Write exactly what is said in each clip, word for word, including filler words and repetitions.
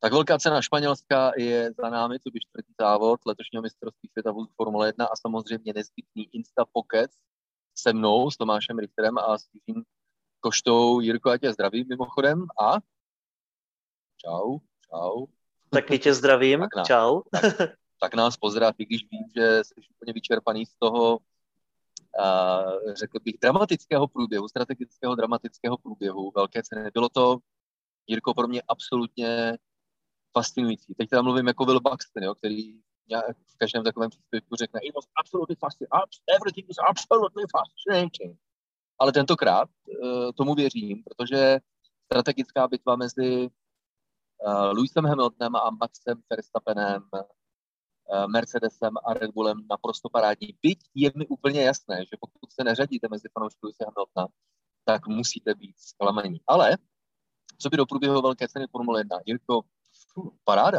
Tak velká cena Španělska je za námi, co by čtvrtý závod letošního mistrovství světa v Formule jedna a samozřejmě nezbytný Insta Pocket se mnou, s Tomášem Richterem a s Jiřím Koštou. Jirko, já tě zdravím mimochodem a čau, čau. Taky tě zdravím, tak nás, čau. Tak, tak nás pozdrav, i když vím, že jsi úplně vyčerpaný z toho, uh, řekl bych, dramatického průběhu, strategického dramatického průběhu velké ceny. Bylo to, Jirko, pro mě absolutně fascinující. Teď teda mluvím jako Will Buxton, jo, který v každém takovém příspěvku řekne it was absolutely fascinating, everything is absolutely fascinating. Ale tentokrát uh, tomu věřím, protože strategická bitva mezi uh, Lewisem Hamiltonem a Maxem Verstappenem, uh, Mercedesem a Red Bullem naprosto parádní. Byť je mi úplně jasné, že pokud se neřadíte mezi fanoušky Lewise Hamiltona, tak musíte být zklamaní. Ale co by do průběhu velké ceny Formule jedna? Jirko, paráda.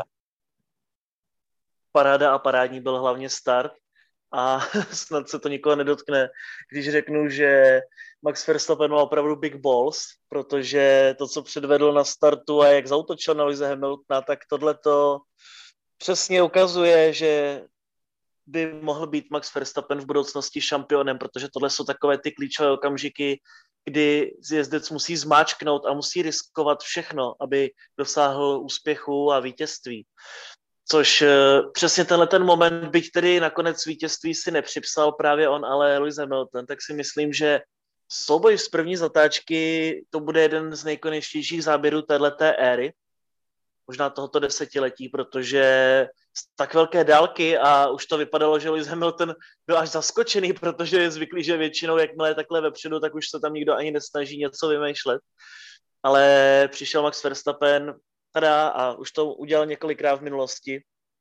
Paráda a parádní byl hlavně start a snad se to nikoho nedotkne, když řeknu, že Max Verstappen má opravdu big balls, protože to, co předvedl na startu a jak zautočil na Lewise Hamiltona, tak tohleto přesně ukazuje, že by mohl být Max Verstappen v budoucnosti šampionem, protože tohle jsou takové ty klíčové okamžiky, kdy jezdec musí zmáčknout a musí riskovat všechno, aby dosáhl úspěchu a vítězství. Což přesně tenhle ten moment, byť tedy nakonec vítězství si nepřipsal právě on, ale Lewis Hamilton, tak si myslím, že souboj z první zatáčky to bude jeden z nejkonečtějších záběrů téhleté éry, možná tohoto desetiletí, protože z tak velké dálky a už to vypadalo, že Lewis Hamilton byl až zaskočený, protože je zvyklý, že většinou jakmile je takhle vepředu, tak už se tam nikdo ani nesnaží něco vymýšlet. Ale přišel Max Verstappen tada, a už to udělal několikrát v minulosti.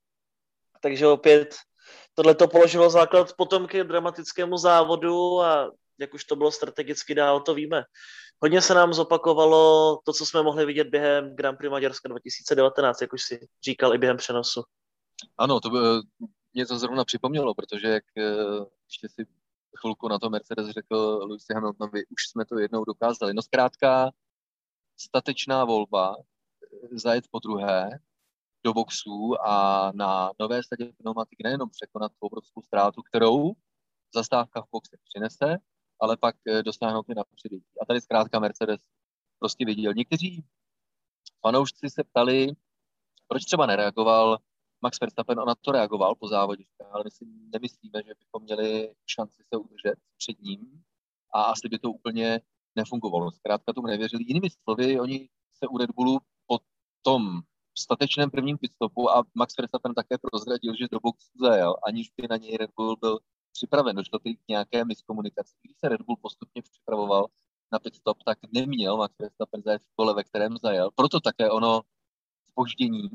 Takže opět tohle to položilo základ potom k dramatickému závodu a jak už to bylo strategicky dál, to víme. Hodně se nám zopakovalo to, co jsme mohli vidět během Grand Prix Maďarska dva tisíce devatenáct, jak už si říkal i během přenosu. Ano, to by, mě to zrovna připomnělo, protože jak ještě si chvilku na to Mercedes řekl Lewisi Hamiltonovi, už jsme to jednou dokázali. No zkrátka statečná volba, zajet po druhé do boxů a na nové sadě pneumatik nejenom překonat obrovskou ztrátu, kterou zastávka v boxech přinese, ale pak dosáhnout i na předjetí. A tady zkrátka Mercedes prostě viděl. Někteří fanoušci se ptali, proč třeba nereagoval Max Verstappen, on na to reagoval po závodě, ale my si nemyslíme, že bychom měli šanci se udržet před ním a asi by to úplně nefungovalo. Zkrátka tomu nevěřili. Jinými slovy, oni se u Red Bullu po tom statečném prvním pitstopu a Max Verstappen také prozradil, že do boxu zajel, aniž by na něj Red Bull byl připraven. Došlo tedy k nějaké miskomunikaci. Když se Red Bull postupně připravoval na pitstop, tak neměl Max Verstappen zajet v kole, ve kterém zajel. Proto také ono zpoždění,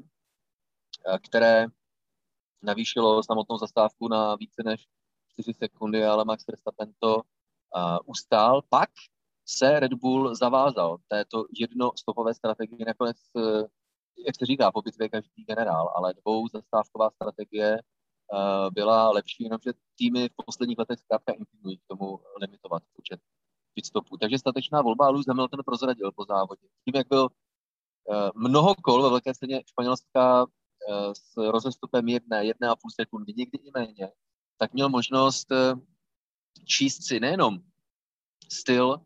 které navýšilo samotnou zastávku na více než čtyři sekundy, ale Max Verstappen to uh, ustál. Pak se Red Bull zavázal této jednostopové strategii. Nakonec, uh, jak se říká, po bitvě každý generál, ale dvou zastávková strategie uh, byla lepší, jenomže týmy v posledních letech zkrátka inklinují k tomu limitovat počet pitstopů. Takže statečná volba a Lewis Hamilton prozradil po závodě. Tím, jak byl uh, mnoho kol ve velké ceně Španělska s rozestupem jedné, jedné a půl sekundy, někdy i méně, tak měl možnost číst si nejenom styl uh,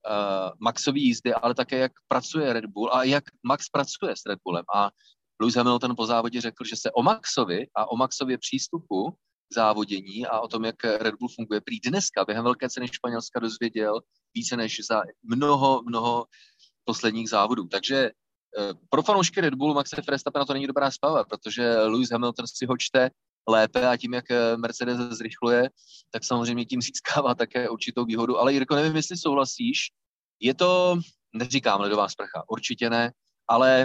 Maxový jízdy, ale také jak pracuje Red Bull a jak Max pracuje s Red Bullem. A Lewis Hamilton po závodě řekl, že se o Maxovi a o Maxově přístupu k závodění a o tom, jak Red Bull funguje, prý dneska během velké ceny Španělska dozvěděl více než za mnoho, mnoho posledních závodů. Takže pro fanoušky Red Bullu Maxe Verstappena to není dobrá zpráva, protože Lewis Hamilton si ho čte lépe a tím, jak Mercedes zrychluje, tak samozřejmě tím získává také určitou výhodu. Ale Jirko, nevím, jestli souhlasíš, je to, neříkám ledová sprcha, určitě ne, ale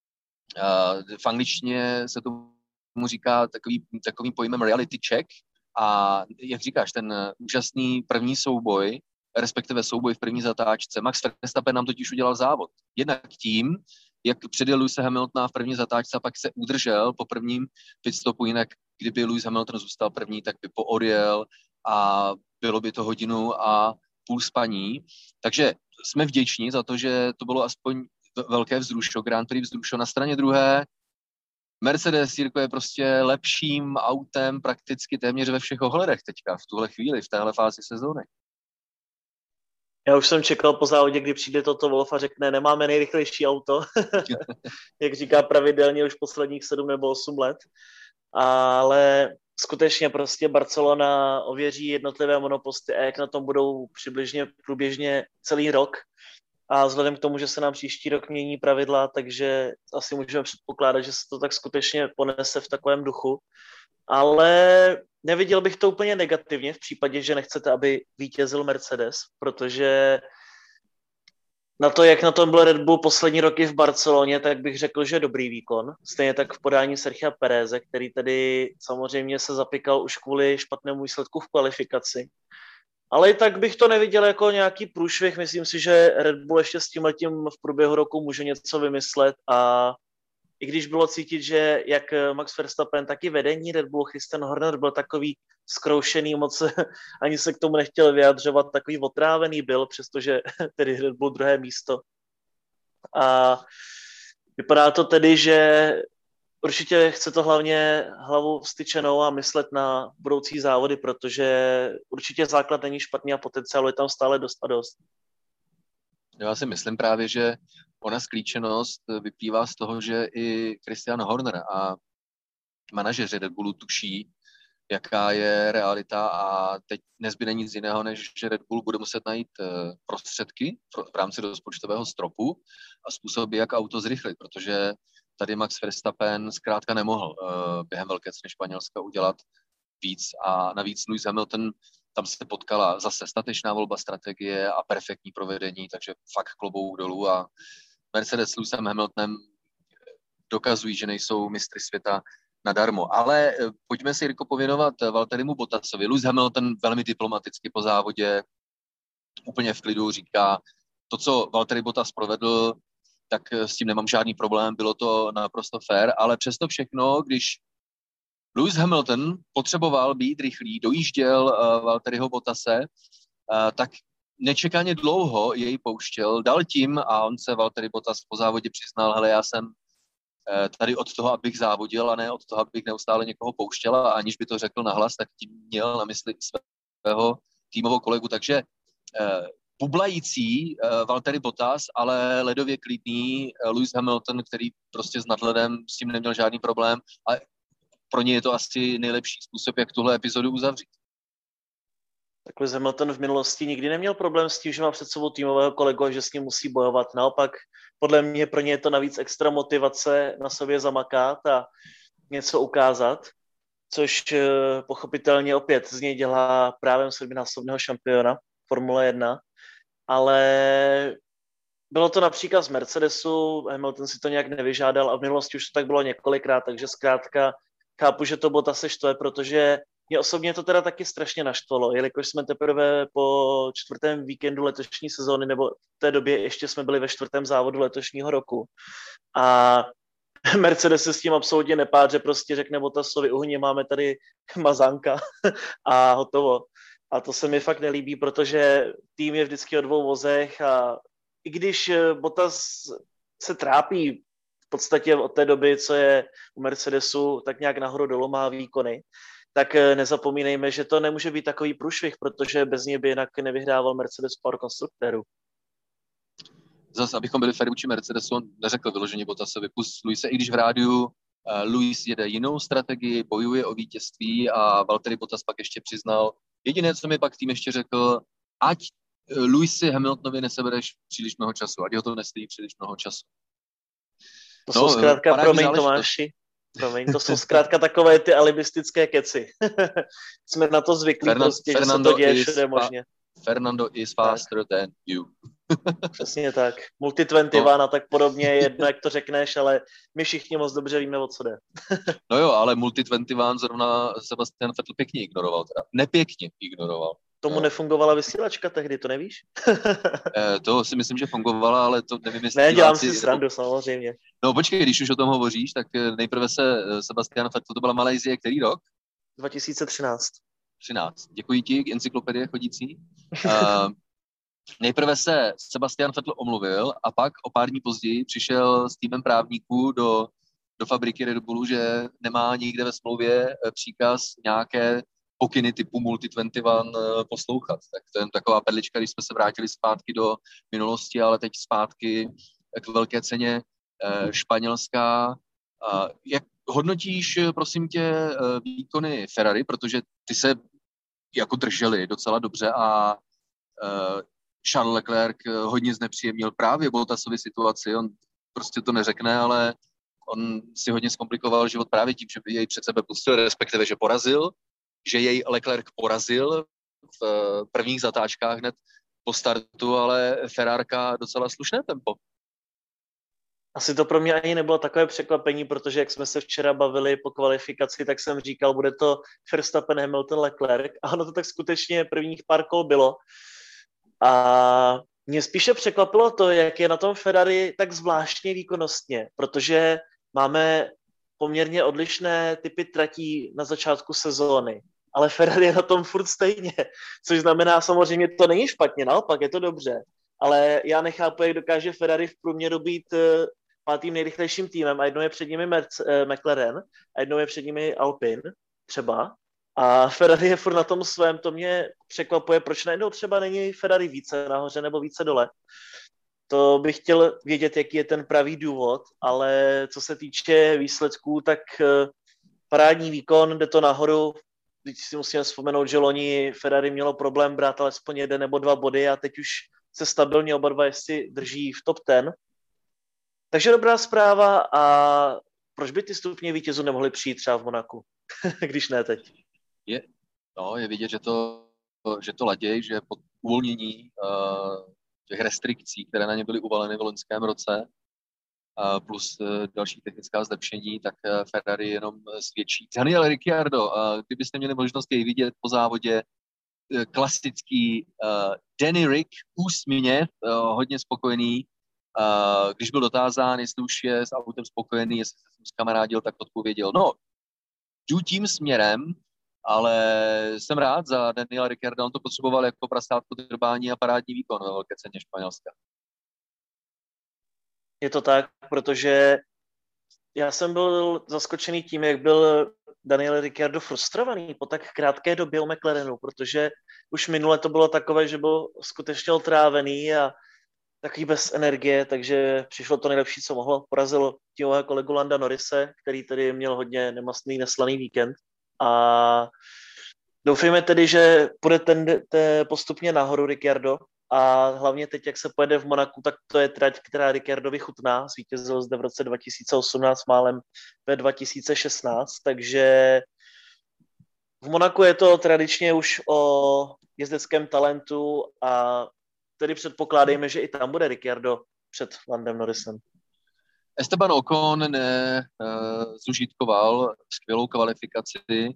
uh, v angličtině se tomu říká takový, takovým pojmem reality check a jak říkáš, ten úžasný první souboj, respektive souboj v první zatáčce. Max Verstappen nám totiž udělal závod. Jednak tím, jak předjel Lewise Hamiltona v první zatáčce a pak se udržel po prvním pitstopu, jinak kdyby Lewis Hamilton zůstal první, tak by poodjel a bylo by to hodinu a půl spaní. Takže jsme vděční za to, že to bylo aspoň velké vzrušo, Grand Prix vzrušo. Na straně druhé Mercedes, Jirko, je prostě lepším autem prakticky téměř ve všech ohledech teďka, v tuhle chvíli, v téhle fázi sezóny. Já už jsem čekal po závodě, kdy přijde Toto Wolff a řekne, nemáme nejrychlejší auto, jak říká pravidelně už posledních sedm nebo osm let. Ale skutečně prostě Barcelona ověří jednotlivé monoposty a jak na tom budou přibližně průběžně celý rok. A vzhledem k tomu, že se nám příští rok mění pravidla, takže asi můžeme předpokládat, že se to tak skutečně ponese v takovém duchu. Ale neviděl bych to úplně negativně v případě, že nechcete, aby vítězil Mercedes, protože na to, jak na tom byl Red Bull poslední roky v Barceloně, tak bych řekl, že dobrý výkon. Stejně tak v podání Sergia Pereze, který tedy samozřejmě se zapykal už kvůli špatnému výsledku v kvalifikaci. Ale i tak bych to neviděl jako nějaký průšvih. Myslím si, že Red Bull ještě s tímhletím v průběhu roku může něco vymyslet a i když bylo cítit, že jak Max Verstappen, tak i vedení Red Bull, Christian Horner byl takový zkroušený, moc ani se k tomu nechtěl vyjadřovat, takový otrávený byl, přestože tedy Red Bull druhé místo. A vypadá to tedy, že určitě chce to hlavně hlavou vstyčenou a myslet na budoucí závody, protože určitě základ není špatný a potenciál je tam stále dost a dost. Já si myslím právě, že ona sklíčenost vyplývá z toho, že i Christian Horner a manažeři Red Bullu tuší, jaká je realita a teď nezbyde nic jiného, než že Red Bull bude muset najít prostředky v rámci rozpočtového stropu a způsoby, jak auto zrychlit, protože tady Max Verstappen zkrátka nemohl během velké ceny Španělska udělat víc a navíc Lewis Hamilton, tam se potkala zase statečná volba strategie a perfektní provedení, takže fakt klobouk dolů a Mercedes s Lewisem Hamiltonem dokazují, že nejsou mistry světa nadarmo. Ale pojďme si, Jirko, pověnovat Valtterimu Bottasovi. Lewis Hamilton velmi diplomaticky po závodě úplně v klidu říká, to, co Valtteri Bottas provedl, tak s tím nemám žádný problém, bylo to naprosto fair, ale přesto všechno, když Lewis Hamilton potřeboval být rychlý, dojížděl uh, Valtteriho Bottase, uh, tak nečekaně dlouho jej pouštěl, dal tím a on se Valtteri Bottas po závodě přiznal, hele, já jsem uh, tady od toho, abych závodil a ne od toho, abych neustále někoho pouštěl a aniž by to řekl nahlas, tak tím měl na mysli svého týmového kolegu, takže uh, bublající uh, Valtteri Bottas, ale ledově klidný uh, Lewis Hamilton, který prostě s nadhledem s tím neměl žádný problém a pro ně je to asi nejlepší způsob, jak tuhle epizodu uzavřít. Tak Lewis Hamilton v minulosti nikdy neměl problém s tím, že má před sebou týmového kolegu a že s ním musí bojovat. Naopak, podle mě pro ně je to navíc extra motivace na sobě zamakat a něco ukázat, což pochopitelně opět z něj dělá právě sedminásobného šampiona Formule jedna, ale bylo to například z Mercedesu, Hamilton si to nějak nevyžádal a v minulosti už to tak bylo několikrát, takže zkrátka chápu, že to Bottase štve, protože mě osobně to teda taky strašně naštvalo, jelikož jsme teprve po čtvrtém víkendu letošní sezóny, nebo v té době ještě jsme byli ve čtvrtém závodu letošního roku. A Mercedes se s tím absolutně nepádře, prostě řekne Bottasovi, uhně, máme tady mazánka a hotovo. A to se mi fakt nelíbí, protože tým je vždycky o dvou vozech a i když Bottas se trápí v podstatě od té doby, co je u Mercedesu, tak nějak nahoru dolů má výkony, tak nezapomínejme, že to nemůže být takový průšvih, protože bez něj by jinak nevyhrával Mercedes pár konstruktérů. Zase, abychom byli fair vůči Mercedesu, on neřekl vyloženě Bottasovi, pust Luise, i když v rádiu uh, Lewis jede jinou strategii, bojuje o vítězství a Valtteri Bottas pak ještě přiznal, jediné, co mi pak tým ještě řekl, ať Lewisi Hamiltonovi nesebereš příliš mnoho času, ať ho to nestojí příliš mnoho času. To no, jsou zkrátka, promiň Tomáši, promiň, to jsou zkrátka takové ty alibistické keci. Jsme na to zvyklí Fernan- prostě, Fernando že se to děje všude možně. Fernando is faster tak. than you. Přesně tak. Multi dvacet jedna no. A tak podobně, jedno, jak to řekneš, ale my všichni moc dobře víme, o co jde. No jo, ale Multi dvacet jedna zrovna Sebastian Vettel pěkně ignoroval, teda nepěkně ignoroval. Tomu no. Nefungovala vysílačka tehdy, to nevíš? e, to si myslím, že fungovala, ale to nevím, jestli... Ne, dělám si srandu, samozřejmě. No počkej, když už o tom hovoříš, tak nejprve se Sebastian Vettel, to byla Malajsie, který rok? dva tisíce třináct. třináct. Děkuji ti, encyklopedie chodící. Uh, nejprve se Sebastian Vettel omluvil a pak o pár dní později přišel s týmem právníků do, do fabriky Red Bullu, že nemá nikde ve smlouvě příkaz nějaké pokyny typu Multi dvacet jedna poslouchat. Tak to je taková perlička, když jsme se vrátili zpátky do minulosti, ale teď zpátky k velké ceně španělská. Jak hodnotíš, prosím tě, výkony Ferrari, protože ty se jako drželi docela dobře a Charles Leclerc hodně znepříjemnil právě Bottasovi situaci. On prostě to neřekne, ale on si hodně zkomplikoval život právě tím, že by jej před sebe pustil, respektive, že porazil, že jej Leclerc porazil v prvních zatáčkách hned po startu, ale Ferrárka docela slušné tempo. Asi to pro mě ani nebylo takové překvapení, protože jak jsme se včera bavili po kvalifikaci, tak jsem říkal, bude to Verstappen, Hamilton, Leclerc a ono to tak skutečně prvních pár kol bylo. A mě spíše překvapilo to, jak je na tom Ferrari tak zvláštně výkonnostně, protože máme poměrně odlišné typy tratí na začátku sezóny, ale Ferrari je na tom furt stejně, což znamená samozřejmě, to není špatně, naopak je to dobře, ale já nechápu, jak dokáže Ferrari v průměru být pátým nejrychlejším týmem a jednou je před nimi Merc- McLaren a jednou je před nimi Alpine třeba. A Ferrari je furt na tom svém, to mě překvapuje, proč najednou třeba není Ferrari více nahoře nebo více dole. To bych chtěl vědět, jaký je ten pravý důvod, ale co se týče výsledků, tak parádní výkon, jde to nahoru. Teď si musíme vzpomenout, že loni Ferrari mělo problém brát alespoň jeden nebo dva body a teď už se stabilně oba dva jestli drží v top deset. Takže dobrá zpráva a proč by ty stupně vítězů nemohly přijít třeba v Monaku, když ne teď? Je, no, je vidět, že to, že to laděj, že po uvolnění uh, těch restrikcí, které na ně byly uvaleny v loňském roce, uh, plus uh, další technická zlepšení, tak uh, Ferrari jenom svědčí. Daniel Ricciardo, uh, kdybyste měli možnost jej vidět po závodě, uh, klasický uh, Danny Rick, úsměv, uh, hodně spokojený. Uh, když byl dotázán, jestli už je s autem spokojený, jestli se s ním zkamarádil, tak odpověděl, no, jdu tím směrem, ale jsem rád za Daniela Ricciarda, on to potřeboval jako prasátko drbání a parádní výkon ve velké ceně Španělska. Je to tak, protože já jsem byl zaskočený tím, jak byl Daniel Ricciardo frustrovaný po tak krátké době u McLarenu, protože už minule to bylo takové, že byl skutečně otrávený a takový bez energie, takže přišlo to nejlepší, co mohlo. Porazil tímového kolegu Landa Norrise, který tedy měl hodně nemastný, neslaný víkend. A doufejme tedy, že půjde ten, ten postupně nahoru Ricciardo a hlavně teď, jak se pojede v Monaku, tak to je trať, která Ricciardovi chutná. Zvítězil zde v roce dva tisíce osmnáct, málem ve dva tisíce šestnáct, takže v Monaku je to tradičně už o jezdeckém talentu a tedy předpokládejme, že i tam bude Ricciardo před Landem Norrisem. Esteban Ocon ne, uh, zužitkoval skvělou kvalifikaci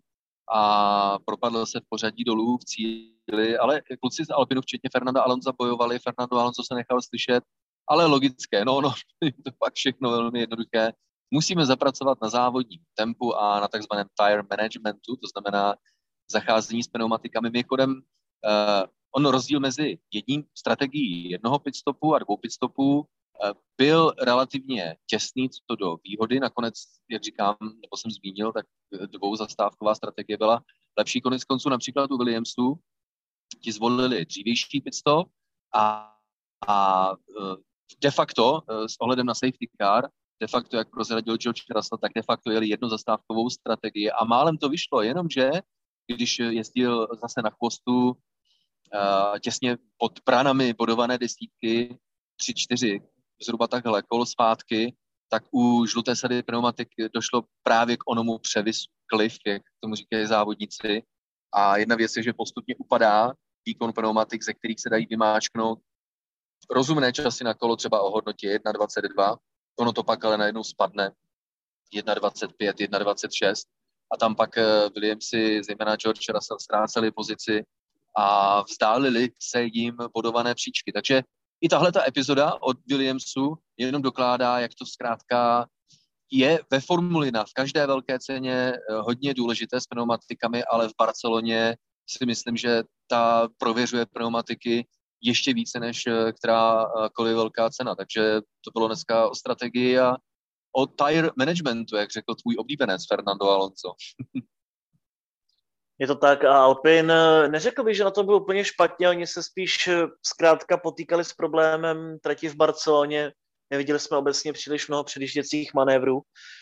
a propadl se v pořadí dolů v cíli, ale kluci z Alpinu, včetně Fernanda Alonsa, bojovali. Fernando Alonso se nechal slyšet, ale logické, no, no, to pak všechno velmi jednoduché. Musíme zapracovat na závodním tempu a na takzvaném tire managementu, to znamená zacházení s pneumatikami. Mimochodem, uh, on rozdíl mezi jedním strategií jednoho pitstopu a dvou pitstopů uh, byl relativně těsný co do výhody. Nakonec, jak říkám, nebo jsem zmínil, tak dvou zastávková strategie byla lepší. Konec konců například u Williamsu ti zvolili dřívější pitstop a, a de facto s ohledem na safety car, de facto, jak prozradil George Russell, tak de facto jeli jednozastávkovou strategii a málem to vyšlo, jenomže když jezdil zase na chvostu uh, těsně pod branami bodované desítky tři čtyři, zhruba takhle, kolo zpátky, tak u žluté sady pneumatik došlo právě k onomu převisu, cliff, jak tomu říkají závodníci. A jedna věc je, že postupně upadá výkon pneumatik, ze kterých se dají vymáčknout rozumné časy na kolo, třeba o hodnotě jedna dvacet dva. Ono to pak ale najednou spadne jedna dvacet pět, jedna dvacet šest. A tam pak Williamsi, zejména George Russell, ztráceli pozici a vzdálili se jim bodované příčky. Takže i tahle ta epizoda od Williamsu jenom dokládá, jak to zkrátka je ve Formuli jedna v každé velké ceně hodně důležité s pneumatikami, ale v Barceloně si myslím, že ta prověřuje pneumatiky ještě více než kterákoliv velká cena. Takže to bylo dneska o strategii a o tire managementu, jak řekl tvůj oblíbenec Fernando Alonso. Je to tak a Alpine, neřekl bych, že na to bylo úplně špatně, oni se spíš zkrátka potýkali s problémem trati v Barceloně, neviděli jsme obecně příliš mnoho předjížděcích manévrů,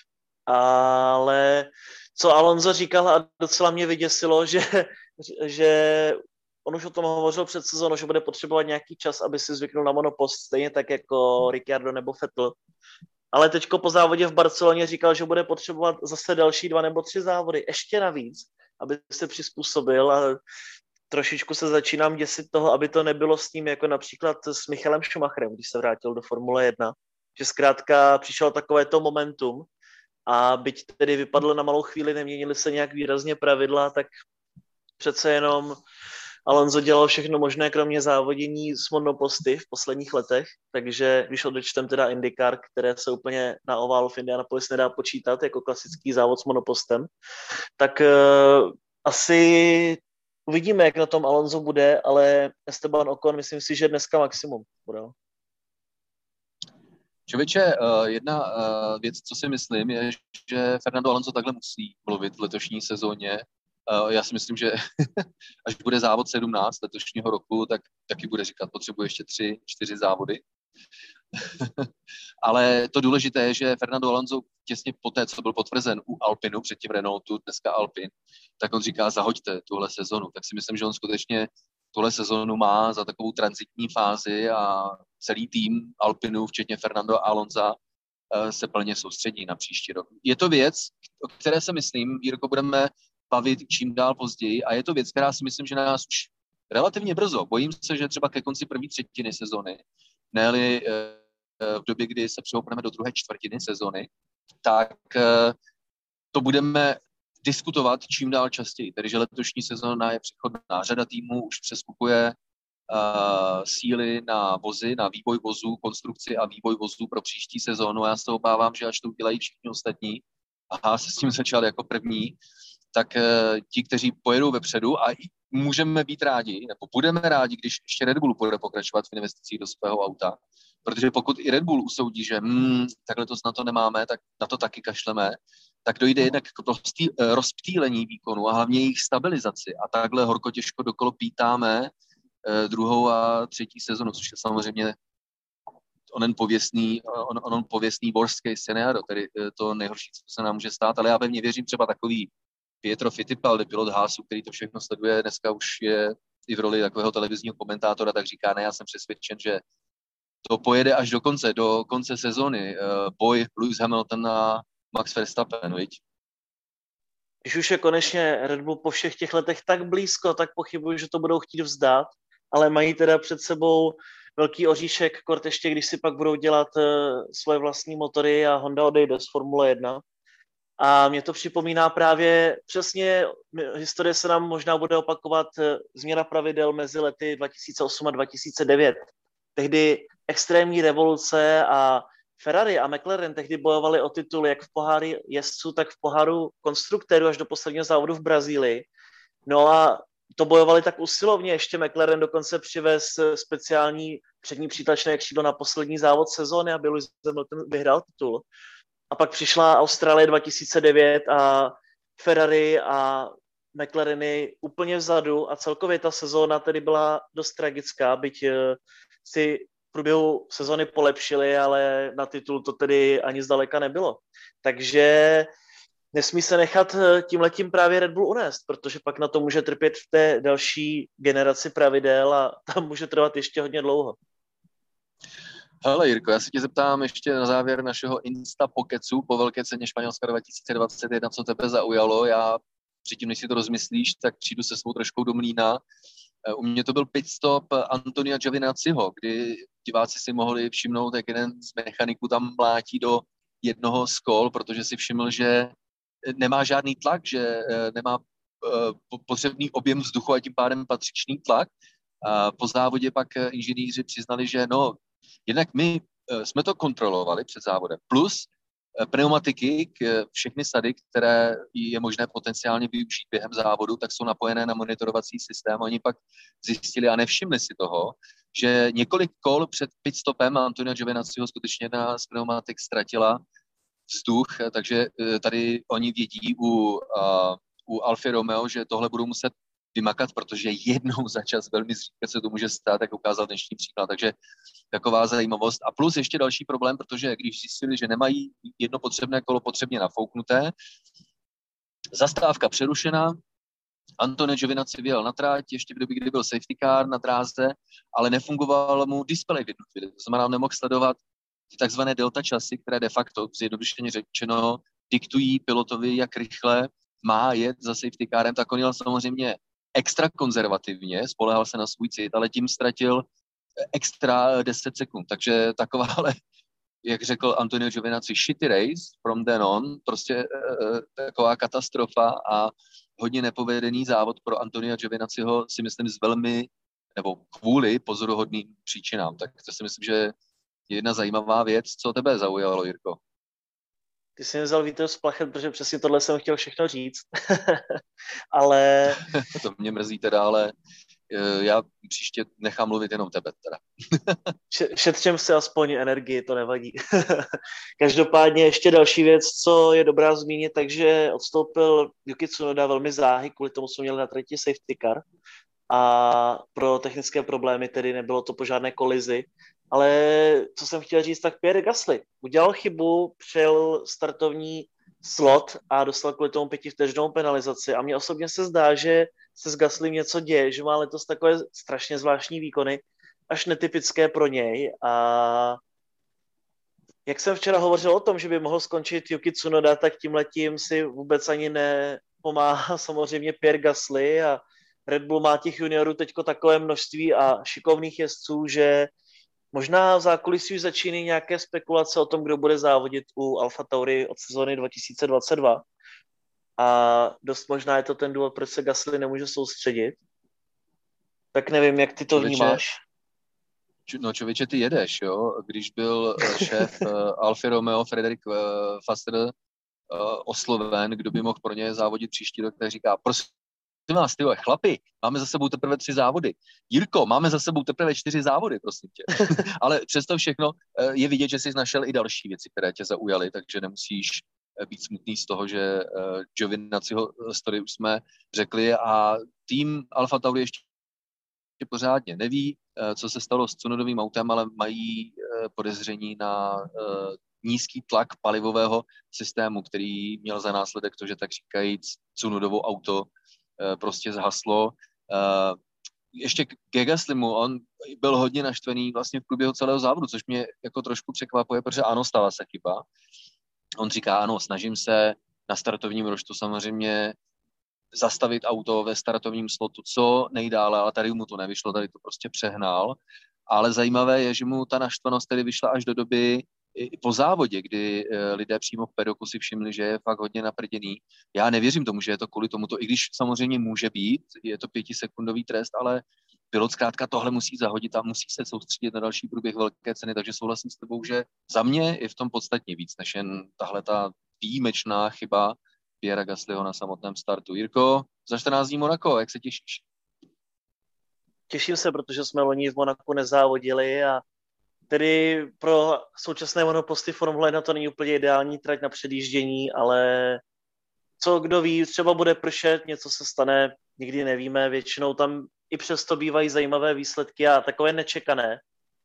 ale co Alonso říkal a docela mě vyděsilo, že, že on už o tom hovořil před sezónou, že bude potřebovat nějaký čas, aby si zvyknul na monopost, stejně tak jako Ricciardo nebo Vettel. Ale teďko po závodě v Barceloně říkal, že bude potřebovat zase další dva nebo tři závody, ještě navíc, aby se přizpůsobil a trošičku se začínám děsit toho, aby to nebylo s ním jako například s Michalem Schumacherem, když se vrátil do Formule jedna, že zkrátka přišel takovéto momentum a byť tedy vypadlo na malou chvíli, neměnily se nějak výrazně pravidla, tak přece jenom Alonso dělal všechno možné, kromě závodění s monoposty v posledních letech, takže když odečtem teda IndyCar, které se úplně na oválu v Indianapolis nedá počítat jako klasický závod s monopostem, tak uh, asi uvidíme, jak na tom Alonso bude, ale Esteban Ocon, myslím si, že dneska maximum bude. Člověče, uh, jedna uh, věc, co si myslím, je, že Fernando Alonso takhle musí mluvit v letošní sezóně. Uh, já si myslím, že až bude závod sedmnáct letošního roku, tak taky bude říkat, potřebuje ještě tři, čtyři závody. Ale to důležité je, že Fernando Alonso těsně poté, co byl potvrzen u Alpinu, předtím Renaultu, dneska Alpin, tak on říká, zahoďte tuhle sezonu. Tak si myslím, že on skutečně tuhle sezonu má za takovou tranzitní fázi a celý tým Alpinu, včetně Fernando Alonsa, se plně soustředí na příští rok. Je to věc, o které se myslím, Jirko, budeme bavit čím dál později a je to věc, která si myslím, že nás už relativně brzo, bojím se, že třeba ke konci první třetiny sezony, ne-li v době, kdy se přehoupneme do druhé čtvrtiny sezony, tak to budeme diskutovat čím dál častěji. Tedy, že letošní sezóna je přechodná. Řada týmů už přeskupuje uh, síly na vozy, na vývoj vozů, konstrukci a vývoj vozů pro příští sezónu. Já se obávám, že až to udělají všichni ostatní, aha, se s tím začal jako první, tak uh, ti, kteří pojedou vepředu a můžeme být rádi, nebo budeme rádi, když ještě Red Bull bude pokračovat v investicích do svého auta. Protože pokud i Red Bull usoudí, že hmm, takhle to na to nemáme, tak na to taky kašleme, tak dojde jednak k prostý, rozptýlení výkonu a hlavně jejich stabilizaci. A takhle horko těžko dokolo pítáme eh, druhou a třetí sezonu, což je samozřejmě onen pověstný, on, onen pověstný worst case scenario, tedy eh, to nejhorší, co se nám může stát. Ale já pevně věřím, třeba takový Pietro Fittipaldi, pilot Haasu, který to všechno sleduje, dneska už je i v roli takového televizního komentátora, tak říká, ne, já jsem přesvědčen, že to pojede až do konce, do konce sezóny. Boj Lewis Hamilton a Max Verstappen, viď? Když už je konečně Red Bull po všech těch letech tak blízko, tak pochybuji, že to budou chtít vzdát, ale mají teda před sebou velký oříšek, kort ještě, když si pak budou dělat svoje vlastní motory a Honda odejde z Formule jedna. A mě to připomíná právě přesně, historie se nám možná bude opakovat, změna pravidel mezi lety dva tisíce osm a dva tisíce devět. Tehdy extrémní revoluce a Ferrari a McLaren tehdy bojovali o titul jak v poháru jezdců, tak v poháru konstruktérů až do posledního závodu v Brazílii. No a to bojovali tak usilovně, ještě McLaren dokonce přivez speciální přední přítlačné křídlo na poslední závod sezóny, aby Lewis Hamilton vyhrál titul. A pak přišla Austrálie dva tisíce devět a Ferrari a McLareny úplně vzadu a celkově ta sezóna tedy byla dost tragická, byť si v průběhu sezony polepšili, ale na titul to tedy ani zdaleka nebylo. Takže nesmí se nechat tímhletím právě Red Bull unést, protože pak na to může trpět v té další generaci pravidel a tam může trvat ještě hodně dlouho. Hele Jirko, já se tě zeptám ještě na závěr našeho Insta Pokecu po velké ceně Španělska dva tisíce dvacet jedna, co tebe zaujalo. Já předtím, než si to rozmyslíš, tak přijdu se svou troškou do mlýna. U mě to byl pit stop Antonia Giovinazziho, kdy diváci si mohli všimnout, jak jeden z mechaniků tam mlátí do jednoho z kol, protože si všiml, že nemá žádný tlak, že nemá potřebný objem vzduchu a tím pádem patřičný tlak. A po závodě pak inženýři přiznali, že no, jednak my jsme to kontrolovali před závodem, plus pneumatiky, všechny sady, které je možné potenciálně využít během závodu, tak jsou napojené na monitorovací systém. Oni pak zjistili a nevšimli si toho, že několik kol před pitstopem Antonia Giovinazziho skutečně jedna z pneumatik ztratila vzduch, takže tady oni vědí u, u Alfy Romeo, že tohle budou muset vymakat, protože jednou za čas velmi zřídka se to může stát, jak ukázal dnešní příklad. Takže taková zajímavost. A plus ještě další problém, protože když zjistili, že nemají jedno potřebné kolo potřebně nafouknuté, zastávka přerušena, Antonio Giovinazzi vyjel na trať, ještě v době, kdy byl safety car na dráze, ale nefungoval mu display v jednu chvíli. To znamená, nemohl sledovat ty takzvané delta časy, které de facto, zjednodušeně řečeno, diktují pilotovi, jak rychle má jet za safety carem, tak on jel samozřejmě extra konzervativně, spolehal se na svůj cit, ale tím ztratil extra deset sekund. Takže takováhle, jak řekl Antonio Giovinazzi, shitty race from then on, prostě e, taková katastrofa a hodně nepovedený závod pro Antonia Giovinazziho si myslím z velmi, nebo kvůli pozoruhodným příčinám. Tak to si myslím, že je jedna zajímavá věc. Co tebe zaujalo, Jirko? Ty jsi mi vzal vítr z plachet, protože přesně tohle jsem chtěl všechno říct. Ale... To mě mrzí teda, ale já příště nechám mluvit jenom tebe teda. Šetřím si aspoň energii, to nevadí. Každopádně ještě další věc, co je dobrá zmínit, takže odstoupil Yuki Tsunoda velmi záhy, kvůli tomu jsme měli na trati safety car a pro technické problémy tedy nebylo to po žádné kolizi. Ale co jsem chtěl říct, tak Pierre Gasly udělal chybu, přijel startovní slot a dostal kvůli tomu pětivteřinovou penalizaci a mně osobně se zdá, že se s Gaslym něco děje, že má letos takové strašně zvláštní výkony, až netypické pro něj a jak jsem včera hovořil o tom, že by mohl skončit Yuki Tsunoda, tak tímhletím si vůbec ani nepomáhá samozřejmě Pierre Gasly a Red Bull má těch juniorů teďko takové množství a šikovných jezdců, že možná v zákulisí už začínají nějaké spekulace o tom, kdo bude závodit u AlphaTauri od sezóny dva tisíce dvacet dva. A dost možná je to ten důvod, proč se Gasly nemůže soustředit. Tak nevím, jak ty to člověče, vnímáš. No člověče, ty jedeš, jo? Když byl šéf Alfy Romeo Frederik Vasseur osloven, kdo by mohl pro ně závodit příští rok, tak říká, prosím vás, tyhle chlapi, máme za sebou teprve tři závody. Jirko, máme za sebou teprve čtyři závody, prosím tě. Ale přesto všechno je vidět, že jsi našel i další věci, které tě zaujaly, takže nemusíš být smutný z toho, že Giovinazziho story už jsme řekli a tým AlphaTauri ještě pořádně neví, co se stalo s Tsunodovým autem, ale mají podezření na nízký tlak palivového systému, který měl za následek to, že tak říkajíc Tsunodovo auto prostě zhaslo. Ještě k Gaslymu, on byl hodně naštvený vlastně v průběhu celého závodu, což mě jako trošku překvapuje, protože ano, stala se chyba. On říká, ano, snažím se na startovním roštu samozřejmě zastavit auto ve startovním slotu co nejdále, ale tady mu to nevyšlo, tady to prostě přehnal. Ale zajímavé je, že mu ta naštvanost tedy vyšla až do doby i po závodě, kdy lidé přímo v pedoku si všimli, že je fakt hodně naprděný. Já nevěřím tomu, že je to kvůli tomuto, i když samozřejmě může být, je to pětisekundový trest, ale pilot zkrátka tohle musí zahodit a musí se soustředit na další průběh velké ceny, takže souhlasím s tebou, že za mě je v tom podstatně víc, než jen tahle ta výjimečná chyba Pierra Gaslyho na samotném startu. Jirko, za čtrnáct dní Monako, jak se těšíš? Těším se, protože jsme loni v Monaku nezávodili a tedy pro současné monoposty Formule jedna to není úplně ideální trať na předjíždění, ale co kdo ví, třeba bude pršet, něco se stane, nikdy nevíme, většinou tam i přesto bývají zajímavé výsledky a takové nečekané.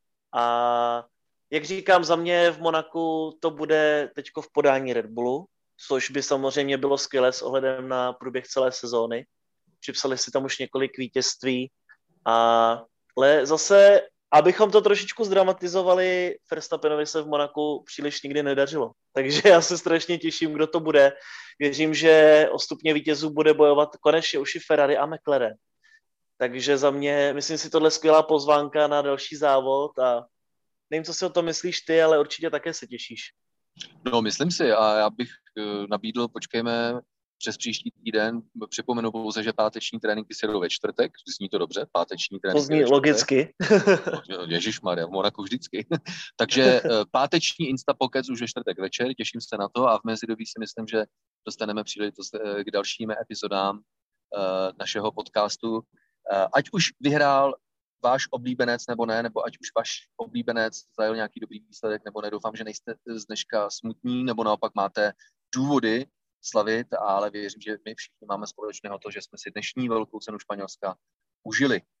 A jak říkám, za mě v Monaku to bude teďko v podání Red Bullu, což by samozřejmě bylo skvělé s ohledem na průběh celé sezóny. Připsali si tam už několik vítězství, a, ale zase, abychom to trošičku zdramatizovali, Verstappenovi se v Monaku příliš nikdy nedařilo. Takže já se strašně těším, kdo to bude. Věřím, že o stupně vítězů bude bojovat konečně už i Ferrari a McLaren. Takže za mě, myslím si, tohle skvělá pozvánka na další závod a nevím, co si o tom myslíš ty, ale určitě také se těšíš. No, myslím si a já bych nabídl, počkejme přes příští týden, připomenu pouze, že páteční tréninky se jdou ve čtvrtek, zní to dobře, páteční tréninky. To zní logicky. Ježišmarja, v Monaku vždycky. Takže páteční Instapokec už ve čtvrtek večer, těším se na to a v mezidobí si myslím, že dostaneme příležitost k dalším epizodám našeho podcastu. Ať už vyhrál váš oblíbenec nebo ne, nebo ať už váš oblíbenec zajel nějaký dobrý výsledek nebo ne. Doufám, že nejste z dneška smutní, nebo naopak máte důvody slavit, ale věřím, že my všichni máme společného to, že jsme si dnešní velkou cenu Španělska užili.